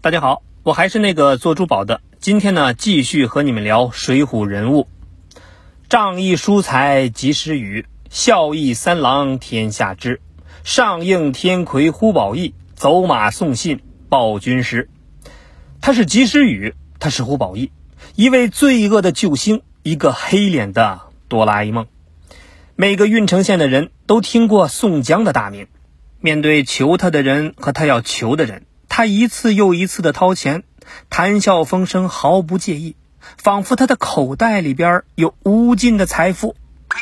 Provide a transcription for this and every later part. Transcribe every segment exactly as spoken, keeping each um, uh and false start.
大家好，我还是那个做珠宝的。今天呢，继续和你们聊水浒人物。仗义疏财及时雨，孝义三郎天下知。上应天魁呼保义，走马送信报军师。他是及时雨，他是呼保义，一位罪恶的救星，一个黑脸的哆啦 A 梦。每个郓城县的人都听过宋江的大名，面对求他的人和他要求的人，他一次又一次的掏钱，谈笑风生，毫不介意，仿佛他的口袋里边有无尽的财富。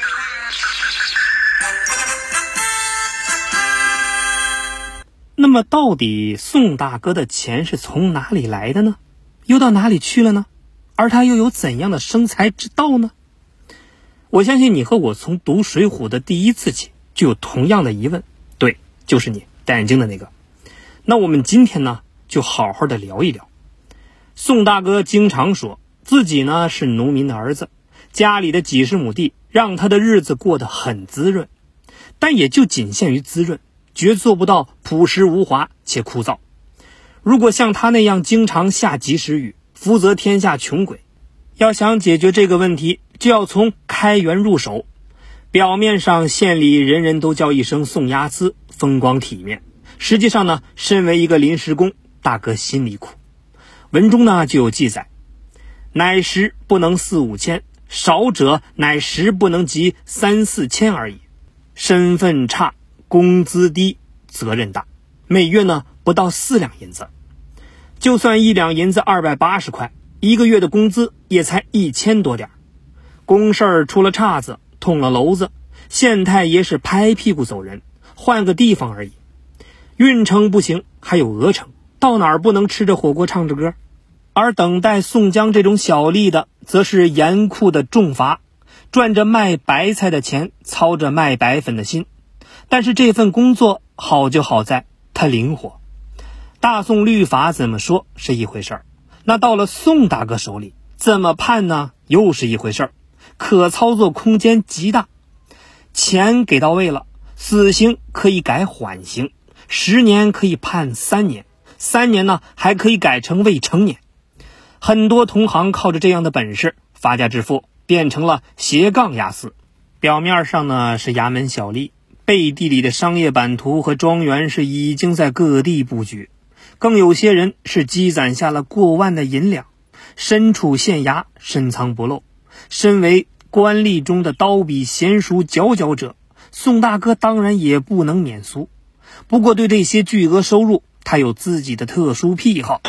那么到底宋大哥的钱是从哪里来的呢？又到哪里去了呢？而他又有怎样的生财之道呢？我相信你和我从读水浒的第一次起就有同样的疑问，对，就是你戴眼镜的那个。那我们今天呢，就好好的聊一聊。宋大哥经常说自己呢是农民的儿子，家里的几十亩地让他的日子过得很滋润，但也就仅限于滋润，绝做不到朴实无华且枯燥。如果像他那样经常下及时雨，福泽天下穷鬼，要想解决这个问题，就要从开源入手。表面上县里人人都叫一声宋押司，风光体面，实际上呢，身为一个临时工，大哥心里苦。文中呢就有记载，乃时不能四五千，少者乃时不能及三四千而已。身份差，工资低，责任大，每月呢不到四两银子。就算一两银子二百八十块，一个月的工资也才一千多点。公事儿出了岔子，捅了娄子，县太爷是拍屁股走人，换个地方而已。郓城不行，还有鹅城，到哪儿不能吃着火锅唱着歌？而等待宋江这种小吏的，则是严酷的重罚，赚着卖白菜的钱，操着卖白粉的心。但是这份工作好就好在它灵活。大宋律法怎么说是一回事儿，那到了宋大哥手里，怎么判呢又是一回事儿，可操作空间极大。钱给到位了，死刑可以改缓刑，十年可以判三年，三年呢还可以改成未成年。很多同行靠着这样的本事发家致富，变成了斜杠押司。表面上呢是衙门小吏，背地里的商业版图和庄园是已经在各地布局，更有些人是积攒下了过万的银两，身处县衙，深藏不露。身为官吏中的刀笔娴熟佼佼者，宋大哥当然也不能免俗。不过对这些巨额收入，他有自己的特殊癖好。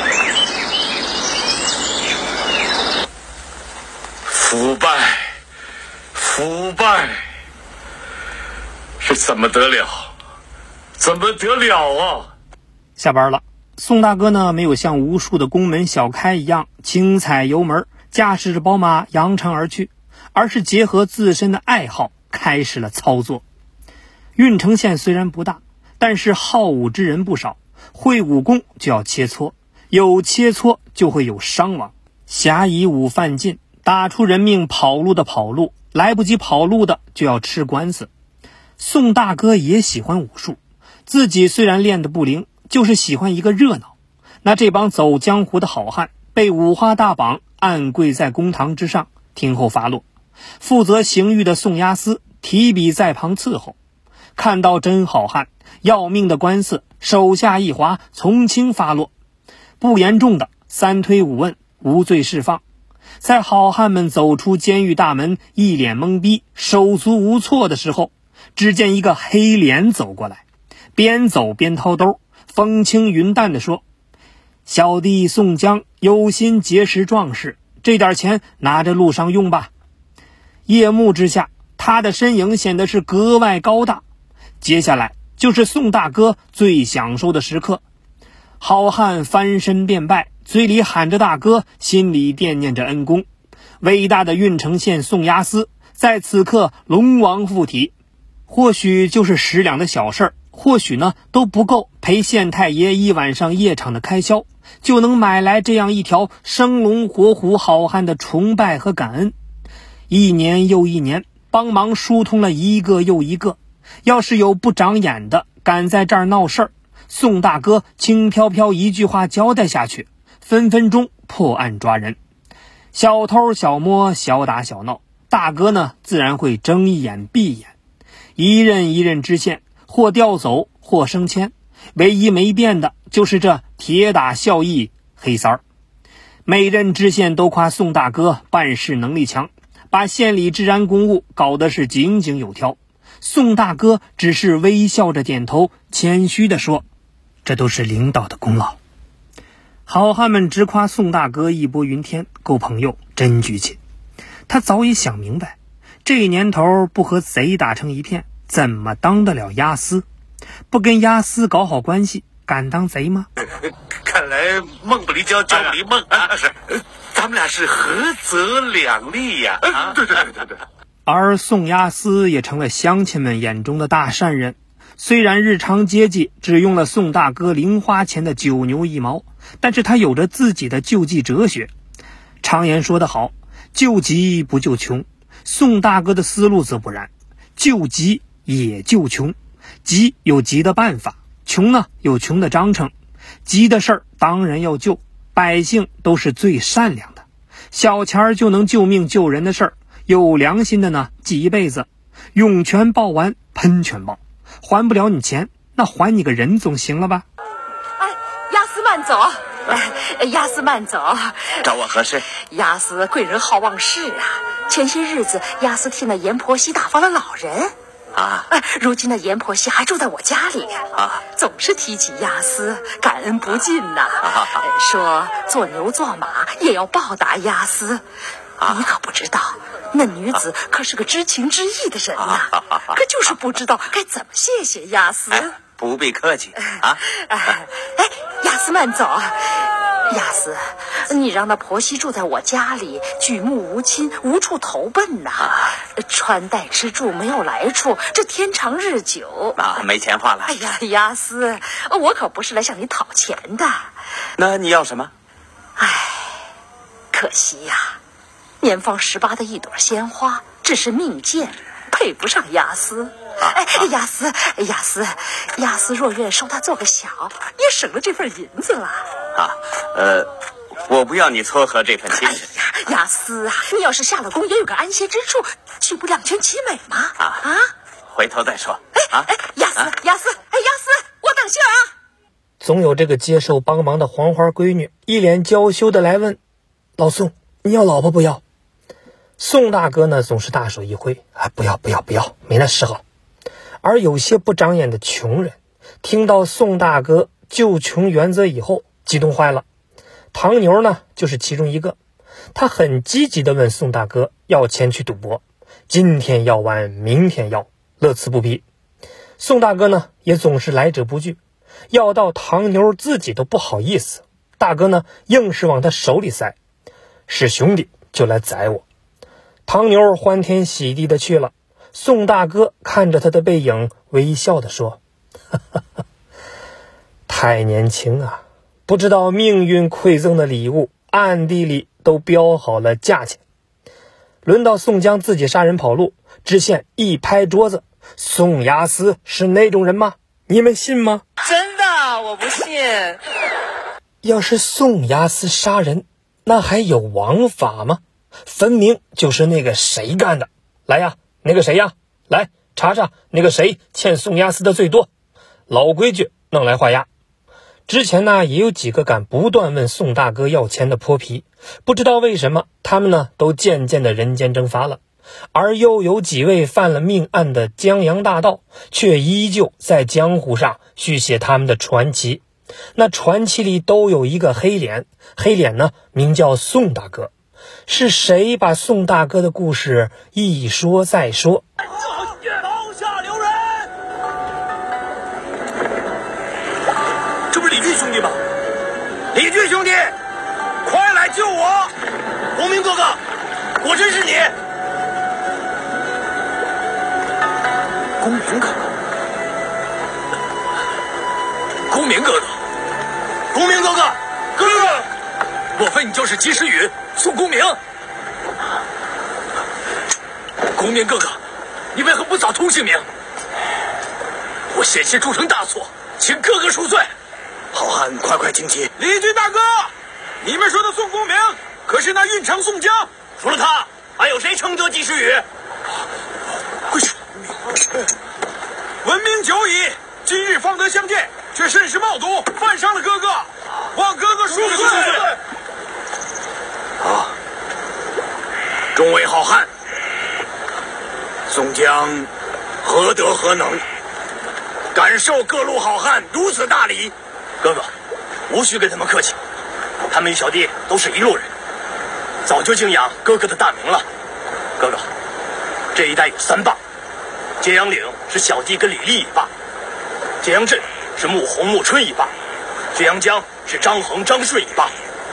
腐败，腐败，是怎么得了？怎么得了啊？ 下班了，宋大哥呢没有像无数的宫门小开一样轻踩油门，驾驶着宝马扬长而去，而是结合自身的爱好开始了操作。郓城县虽然不大，但是好武之人不少，会武功就要切磋，有切磋就会有伤亡。侠以武犯禁，打出人命跑路的跑路，来不及跑路的就要吃官司。宋大哥也喜欢武术，自己虽然练得不灵，就是喜欢一个热闹。那这帮走江湖的好汉被五花大绑，按跪在公堂之上听候发落。负责刑狱的宋押司提笔在旁伺候，看到真好汉要命的官司，手下一划，从轻发落。不严重的三推五问，无罪释放。在好汉们走出监狱大门，一脸懵逼，手足无措的时候，只见一个黑脸走过来，边走边掏兜，风轻云淡地说：小弟宋江有心结识壮士，这点钱拿着路上用吧。夜幕之下，他的身影显得是格外高大。接下来就是宋大哥最享受的时刻。好汉翻身便拜，嘴里喊着大哥，心里惦念着恩公。伟大的郓城县宋押司在此刻龙王附体，或许就是十两的小事儿，或许呢都不够陪县太爷一晚上夜场的开销，就能买来这样一条生龙活虎好汉的崇拜和感恩。一年又一年，帮忙疏通了一个又一个。要是有不长眼的敢在这儿闹事儿， 宋大哥轻飘飘一句话交代下去，分分钟破案抓人。小偷小摸，小打小闹，大哥呢自然会睁一眼闭一眼。一任一任知县，或调走，或升迁，唯一没变的就是这铁打孝义黑三儿。每任知县都夸宋大哥办事能力强，把县里治安公务搞得是井井有条。宋大哥只是微笑着点头，谦虚地说：“这都是领导的功劳。”好汉们直夸宋大哥义薄云天，够朋友，真局气。他早已想明白，这年头不和贼打成一片，怎么当得了押司？不跟押司搞好关系，敢当贼吗？ 看来梦不离焦，焦不离梦啊！是，咱们俩是合则两利呀！啊，对对对对对。 而宋押司也成了乡亲们眼中的大善人。虽然日常接济只用了宋大哥零花钱的九牛一毛，但是他有着自己的救济哲学。常言说得好，救急不救穷。宋大哥的思路则不然，救急也救穷。急有急的办法，穷呢有穷的章程。急的事儿当然要救，百姓都是最善良的，小钱儿就能救命救人的事儿，有良心的呢记一辈子，涌泉报完喷泉报，还不了你钱，那还你个人总行了吧？ 哎，押司慢走，哎，押司慢走。 找我何事？ 押司贵人好忘事啊，前些日子押司替那阎婆惜打发了老人啊， 哎，如今那阎婆惜还住在我家里啊， 总是提起押司，感恩不尽呐、啊啊。说做牛做马也要报答押司。啊、你可不知道，那女子可是个知情知义的人呐、啊啊，可就是不知道该怎么谢谢押司。 哎、不必客气啊！ 哎，押司慢走。押司，你让那婆媳住在我家里，举目无亲，无处投奔呐、啊。穿戴吃住没有来处，这天长日久啊，没钱花了。 哎呀，押司，我可不是来向你讨钱的。 那你要什么？ 哎，可惜呀、啊，年方十八的一朵鲜花，只是命贱，配不上押司。哎，押司，押司，押司若愿收他做个小，也省了这份银子了。 啊，呃，我不要你撮合这份亲事。 哎呀，押司啊，你要是下了宫，也有个安歇之处，岂不两全其美吗？ 啊啊，回头再说。 哎哎，押司，押司，哎，押司，我等信儿啊。 总有这个接受帮忙的黄花闺女，一脸娇羞的来问：“老宋，你要老婆不要？”宋大哥呢，总是大手一挥：“啊，不要，不要，不要，没那嗜好。”而有些不长眼的穷人，听到宋大哥救穷原则以后，激动坏了。唐牛呢，就是其中一个。他很积极地问宋大哥要钱去赌博，今天要完，明天要，乐此不疲。宋大哥呢，也总是来者不拒，要到唐牛自己都不好意思，大哥呢，硬是往他手里塞。是兄弟就来宰我。唐牛欢天喜地的去了。宋大哥看着他的背影，微笑地说：“哈哈哈，太年轻啊，不知道命运馈赠的礼物，暗地里都标好了价钱。”轮到宋江自己杀人跑路，知县一拍桌子：“宋押司是那种人吗？你们信吗？”“ 真的，我不信。”“ 要是宋押司杀人，那还有王法吗？分明就是那个谁干的。来呀！”“那个谁呀，来查查那个谁欠宋押司的最多。”老规矩，弄来画押。之前呢，也有几个敢不断问宋大哥要钱的泼皮，不知道为什么他们呢都渐渐的人间蒸发了。而又有几位犯了命案的江洋大盗，却依旧在江湖上续写他们的传奇。那传奇里都有一个黑脸，黑脸呢名叫宋大哥。是谁把宋大哥的故事一说再说？ 刀下留人！这不是李俊兄弟吗？李俊兄弟，快来救我！公明哥哥，果真是你！公明哥哥，公明哥哥，公明哥哥，哥哥，莫非你就是及时雨？宋公明，公明哥哥，你为何不早通姓名？我险些铸成大错， 请哥哥恕罪。 好汉，快快请起。 李军大哥，你们说的宋公明可是那运城宋江？ 除了他，还有谁称得及时雨？ 快去！闻名久矣，今日方得相见，却甚是冒渎，犯伤了哥哥，望哥哥恕罪。 啊，众位好汉，宋江何德何能，敢受各路好汉如此大礼？ 哥哥，无需跟他们客气，他们与小弟都是一路人，早就敬仰哥哥的大名了。哥哥，这一带有三霸，揭阳岭是小弟跟吕历一霸，揭阳镇是穆弘穆春一霸，揭阳江是张衡张顺一霸。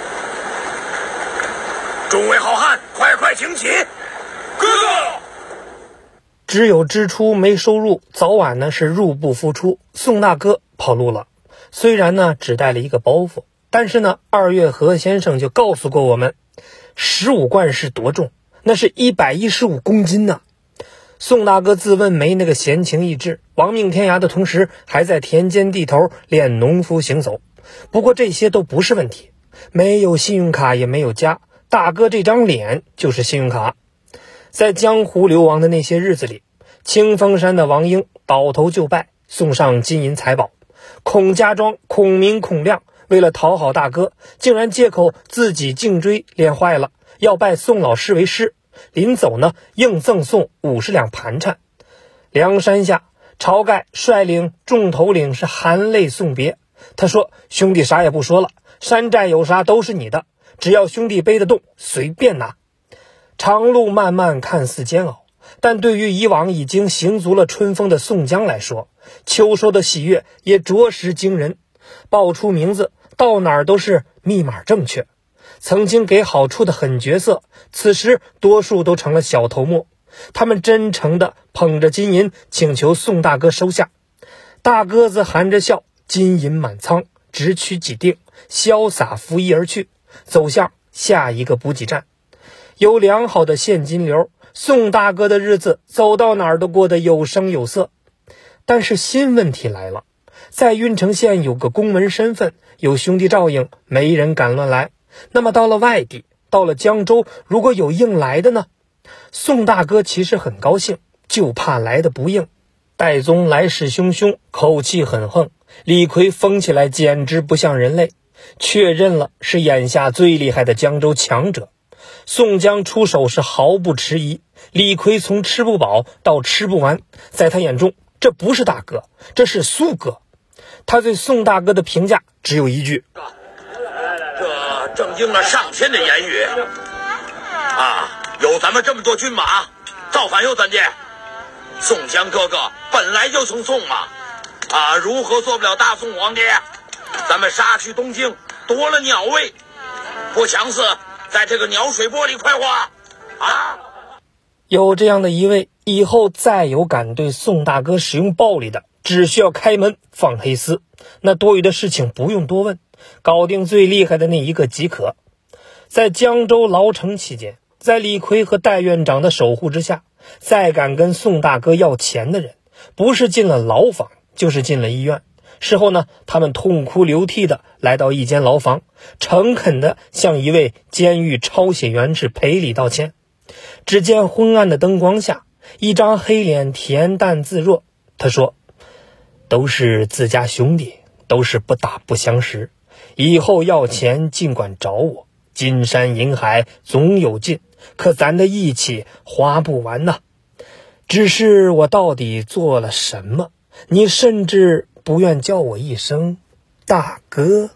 众位好汉，快快请起。 哥哥， 只有支出没收入，早晚呢是入不敷出。宋大哥跑路了，虽然呢只带了一个包袱，但是呢二月河先生就告诉过我们，十五贯是多重，那是一百一十五公斤呢。宋大哥自问没那个闲情逸致，亡命天涯的同时还在田间地头练农夫行走。不过这些都不是问题，没有信用卡也没有家，大哥这张脸就是信用卡。在江湖流亡的那些日子里，清风山的王英倒头就拜，送上金银财宝。孔家庄孔明孔亮为了讨好大哥，竟然借口自己颈椎练坏了，要拜宋老师为师。临走呢，硬赠送五十两盘缠。梁山下，晁盖率领众头领是含泪送别。他说：“兄弟啥也不说了，山寨有啥都是你的，只要兄弟背得动，随便拿。”长路漫漫，看似煎熬，但对于以往已经行足了春风的宋江来说，秋收的喜悦也着实惊人。报出名字，到哪儿都是密码正确。曾经给好处的狠角色，此时多数都成了小头目。他们真诚地捧着金银，请求宋大哥收下。大哥子含着笑，金银满仓，直取己定，潇洒拂衣而去，走向下一个补给站。有良好的现金流，宋大哥的日子走到哪儿都过得有声有色。但是新问题来了，在郓城县有个公门身份，有兄弟照应，没人敢乱来。那么到了外地，到了江州，如果有硬来的呢？宋大哥其实很高兴，就怕来的不硬。戴宗来势汹汹，口气很横，李逵疯起来简直不像人类，确认了是眼下最厉害的江州强者。宋江出手是毫不迟疑，李逵从吃不饱到吃不完，在他眼中这不是大哥，这是苏哥。他对宋大哥的评价只有一句： 这正应了上天的言语啊！有咱们这么多军马，造反又怎的？宋江哥哥本来就姓宋嘛，啊，如何做不了大宋皇帝？咱们杀去东京，夺了鸟位，不强似在这个鸟水波里快活啊！ 有这样的一位，以后再有敢对宋大哥使用暴力的，只需要开门放黑丝，那多余的事情不用多问，搞定最厉害的那一个即可。在江州牢城期间，在李逵和戴院长的守护之下，再敢跟宋大哥要钱的人，不是进了牢房，就是进了医院。事后呢，他们痛哭流涕的来到一间牢房，诚恳的向一位监狱抄写员是赔礼道歉。只见昏暗的灯光下，一张黑脸恬淡自若。他说：“都是自家兄弟，都是不打不相识，以后要钱尽管找我，金山银海总有尽，可咱的义气花不完呐。只是我到底做了什么，你甚至不愿叫我一声大哥。”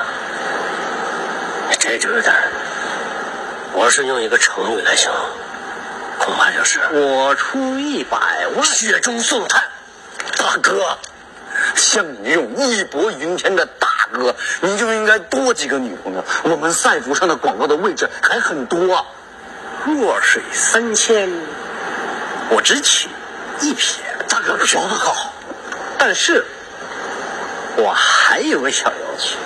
这这的，我是用一个成语来形容，恐怕就是我出一百万，雪中送炭。 大哥，像你这种义薄云天的大哥，你就应该多几个女朋友。我们赛服上的广告的位置还很多啊。 弱水三千，我只取一撇。 大哥说得好， 但是我还有个小要求。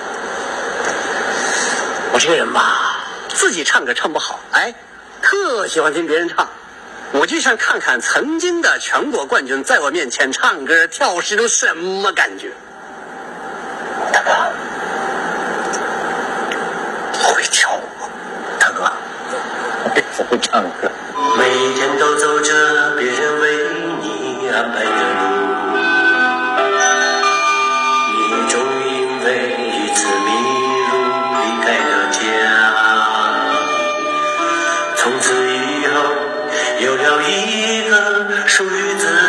我这个人吧，自己唱歌唱不好，哎，特喜欢听别人唱。我就想看看曾经的全国冠军在我面前唱歌跳是种什么感觉。 会跳舞，大哥，我会唱歌。 每一天都走着别人为你安排的路，你终于因为一次迷路离开了家，从此以后有了一个属于自己